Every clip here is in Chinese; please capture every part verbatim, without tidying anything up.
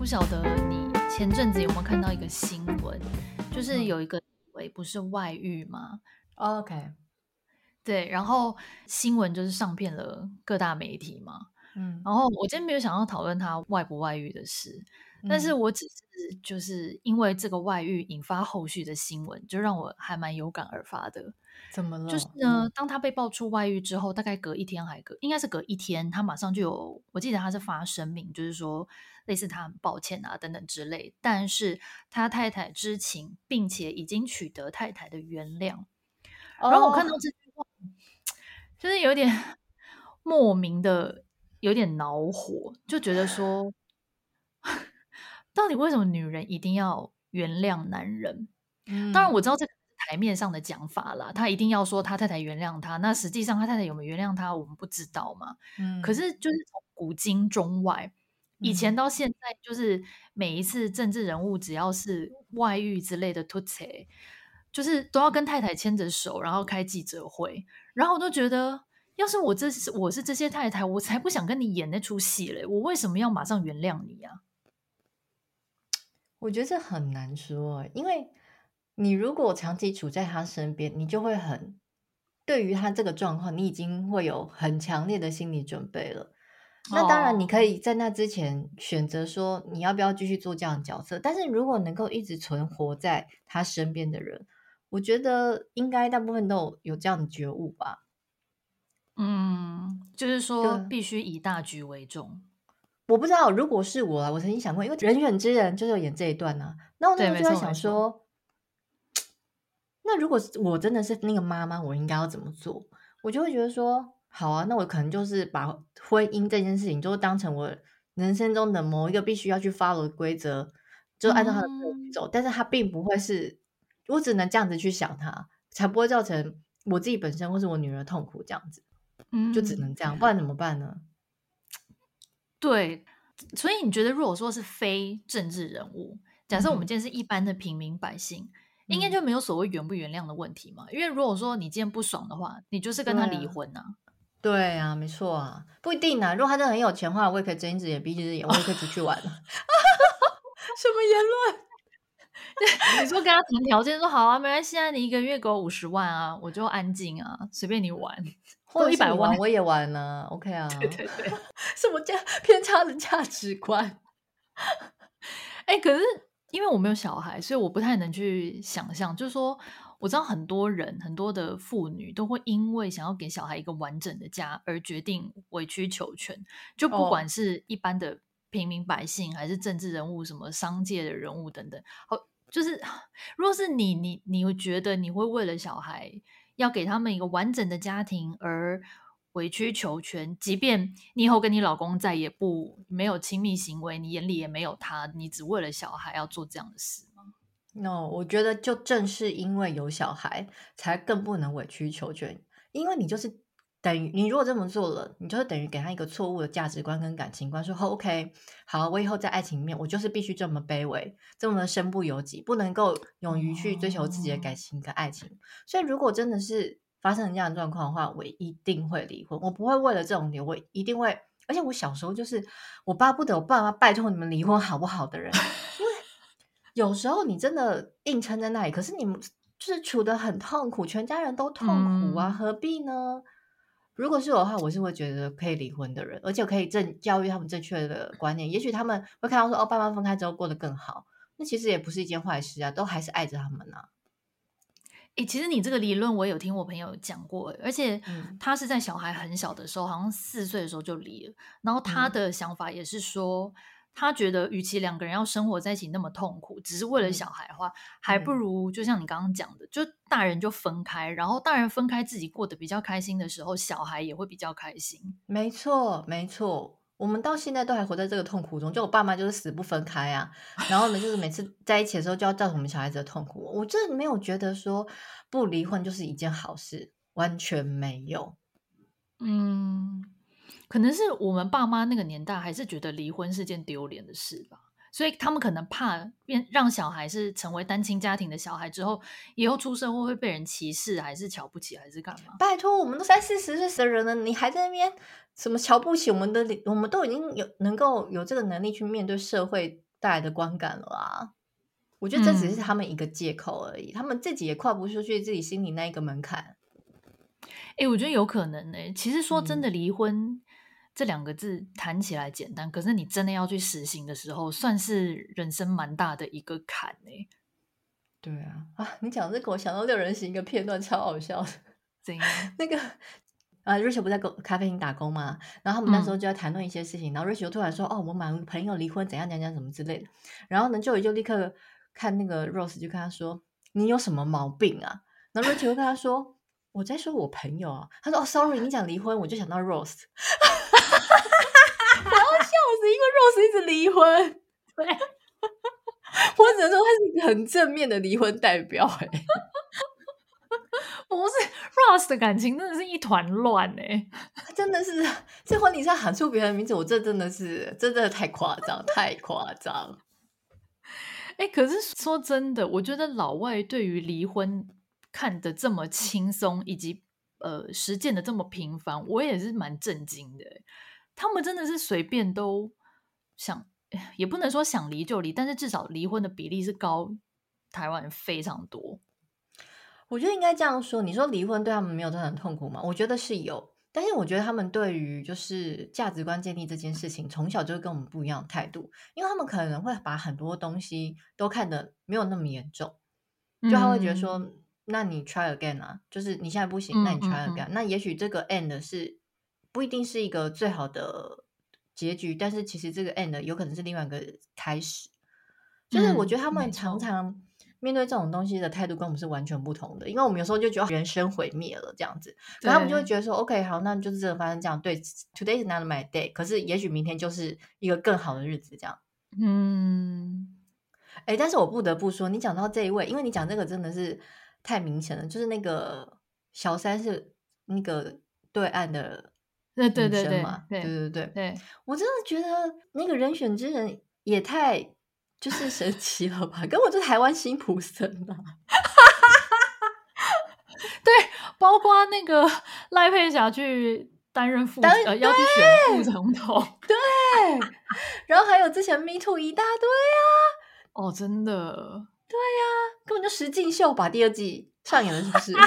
不晓得你前阵子有没有看到一个新闻，就是有一个为不是外遇吗？ 哦 OK， 对，然后新闻就是上遍了各大媒体嘛。 嗯然后我今天没有想要讨论他外不外遇的事，但是嗯我只是就是因为这个外遇引发后续的新闻，就让我还蛮有感而发的。 怎么就是了？ 呢，当他被爆出外遇之后，大概隔一天还隔应该是隔一天，他马上就有，我记得他是发声明，就是说类似他很抱歉啊等等之类，但是他太太知情，并且已经取得太太的原谅。然后我看到哦， 这句话，就是有点莫名的有点恼火，就觉得说，到底为什么女人一定要原谅男人？当然我知嗯道这可能是台面上的讲法啦，他一定要说他太太原谅他，那实际上他太太有没有原谅他，我们不知道嘛。可嗯是就是从古今中外，以前嗯， 到现在，就是每一次政治人物只要是外遇之类的突切，就是都要跟太太牵着手，然后开记者会，然后我都觉得，要是我这是我是这些太太，我才不想跟你演那出戏嘞，我为什么要马上原谅你啊？ 我觉得这很难说欸，因为你如果长期处在他身边，你就会很对于他这个状况，你已经会有很强烈的心理准备了。那当然，你可哦， 以在那之前选择说你要不要继续做这样的角色，但是如果能够一直存活在他身边的人，我觉得应该大部分都有有这样的觉悟吧。 嗯，就是说对， 必须以大局为重。 我不知道，如果是我啊，我曾经想过，因为《人选之人》就是有演这一段啊，那我那时对，没候就在想错没错。 说，那如果是我真的是那个妈妈，我应该要怎么做？我就会觉得说，好啊，那我可能就是把婚姻这件事情，就当成我人生中的某一个必须要去 follow 的规则，就按照他的规则去嗯走。但是他并不会是，我只能这样子去想他，才不会造成我自己本身或是我女儿痛苦这样子，就只能嗯， 这样，不然怎么办呢？ 对。所以你觉得，如果说是非政治人物，假设我们嗯哼， 今天是一般的平民百姓，应该嗯， 就没有所谓原不原谅的问题嘛？因为如果说你今天不爽的话，你就是跟他对啊。 离婚啊。 对啊，没错啊，不一定啊。如果他真的很有钱的话，我也可以睁一只眼闭一只眼，我也可以出去玩啊。什么言论？ 你说跟他谈条件，说好啊，没关系啊，你一个月给我五十万啊，我就安静啊，随便你玩，给或者我一百万。 是你玩我也玩呢、o k 对啊。 对对。 什么价偏差的价值观？ 哎，可是因为我没有小孩，所以我不太能去想象。就是说，我知道很多人、很多的妇女都会因为想要给小孩一个完整的家，而决定委曲求全。就不管哦， 是一般的平民百姓，还是政治人物、什么商界的人物等等。好，就是如果是你，你你会觉得你会为了小孩要给他们一个完整的家庭而委曲求全，即便你以后跟你老公再也不没有亲密行为，你眼里也没有他，你只为了小孩要做这样的事吗？ no，我觉得就正是因为有小孩，才更不能委曲求全。因为你就是等于你如果这么做了，你就是等于给他一个错误的价值观跟感情观，说 OK，好，我以后在爱情里面，我就是必须这么卑微，这么身不由己，不能够勇于去追求自己的感哦， 情跟爱情。所以，如果真的是发生这样的状况的话，我一定会离婚。我不会为了这种理由，我一定会。而且我小时候就是我巴不得我爸妈拜托你们离婚好不好的人，因为有时候你真的硬撑在那里，可是你们就是处得很痛苦，全家人都痛苦啊， 嗯。 何必呢？如果是我的话，我是会觉得可以离婚的人，而且可以正教育他们正确的观念。也许他们会看到说，哦，爸妈分开之后过得更好，那其实也不是一件坏事啊，都还是爱着他们啊。 诶，其实你这个理论我有听我朋友讲过，而且嗯他是在小孩很小的时候，好像四岁的时候就离了。然后他嗯的想法也是说，他觉得与其两个人要生活在一起那么痛苦，只是为了小嗯孩的话，还不嗯。 如就像你刚刚讲的，就大人就分开，然后大人分开自己过得比较开心的时候，小孩也会比较开心。 没错，没错，我们到现在都还活在这个痛苦中。就我爸妈就是死不分开啊，然后呢，就是每次在一起的时候就要造成我们小孩子的痛苦。我真的没有觉得说不离婚就是一件好事，完全没有。 嗯，可能是我们爸妈那个年代还是觉得离婚是件丢脸的事吧，所以他们可能怕变让小孩是成为单亲家庭的小孩之后，以后出社会会被人歧视，还是瞧不起，还是干嘛？ 拜托，我们都三四十岁的人了，你还在那边什么瞧不起我们的？我们都已经有能够有这个能力去面对社会带来的观感了啊。我觉得这只是他们一个借口而已，嗯、他们自己也跨不出去自己心里那一个门槛。 哎、欸，我觉得有可能呢、欸。其实说真的，离婚、嗯、这两个字谈起来简单，可是你真的要去实行的时候，算是人生蛮大的一个坎呢、欸。 对啊，啊，你讲这个，我想到六人行一个片段，超好笑的。 怎样？ 那个啊 ，Rachel 不在咖啡厅打工嘛，然后他们那时候就在谈论一些事情，嗯、然后 Rachel 突然说：“哦，我们朋友离婚，怎样怎样什么之类的。”然后呢，Joey就立刻看那个 Rose 就跟他说：“你有什么毛病啊？”然后 Rachel 就跟他说：“我在说我朋友啊。”他说：“哦 ，sorry， 你讲离婚，我就想到 Rose。”我要笑死，因为 Rose 一直离婚。对，我只能说他是一个很正面的离婚代表、欸。哎。 不是 Ross 的感情真的是一团乱哎， 真的是在婚礼上喊出别人的名字，我这真的是真的太夸张，太夸张。 哎、欸，可是说真的，我觉得老外对于离婚看得这么轻松，以及呃实践的这么频繁，我也是蛮震惊的。他们真的是随便都想，也不能说想离就离，但是至少离婚的比例是高台湾人非常多。 我觉得应该这样说，你说离婚对他们没有真的很痛苦吗？我觉得是有，但是我觉得他们对于就是价值观建立这件事情，从小就跟我们不一样的态度，因为他们可能会把很多东西都看得没有那么严重，就他会觉得说，嗯、那你 try again 啊，就是你现在不行，那你 try again，、嗯嗯嗯、那也许这个 end 是不一定是一个最好的结局，但是其实这个 end 有可能是另外一个开始，就是我觉得他们常常面对这种东西的态度跟我们是完全不同的，因为我们有时候就觉得人生毁灭了这样子，可他们就会觉得说 OK 好，那就是真的发生这样，对 Today is not my day， 可是也许明天就是一个更好的日子这样。嗯，哎，但是我不得不说，你讲到这一位，因为你讲这个真的是太明显了，就是那个小三是那个对岸的女生嘛，对对 对, 对, 对, 对, 对，我真的觉得那个人选之人也太就是神奇了吧，根本就是台湾辛普森啊。 对，包括那个赖佩霞去担任副呃要去选副总统， 对，然后还有之前 Me Too 一大堆啊， 哦，真的， 对呀、啊，根本就实境秀吧，第二季上演了是不是？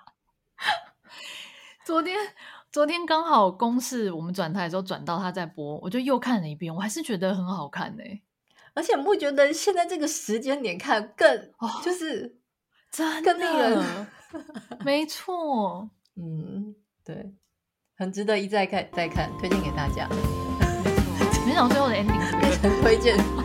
昨天昨天刚好公视我们转台的时候转到他在播，我就又看了一遍，我还是觉得很好看哎、欸， 而且不觉得现在这个时间点看更、哦、就是真更令人没错， 嗯，对，很值得一再看再看，推荐给大家。 没想到最后的 ending 是很推荐。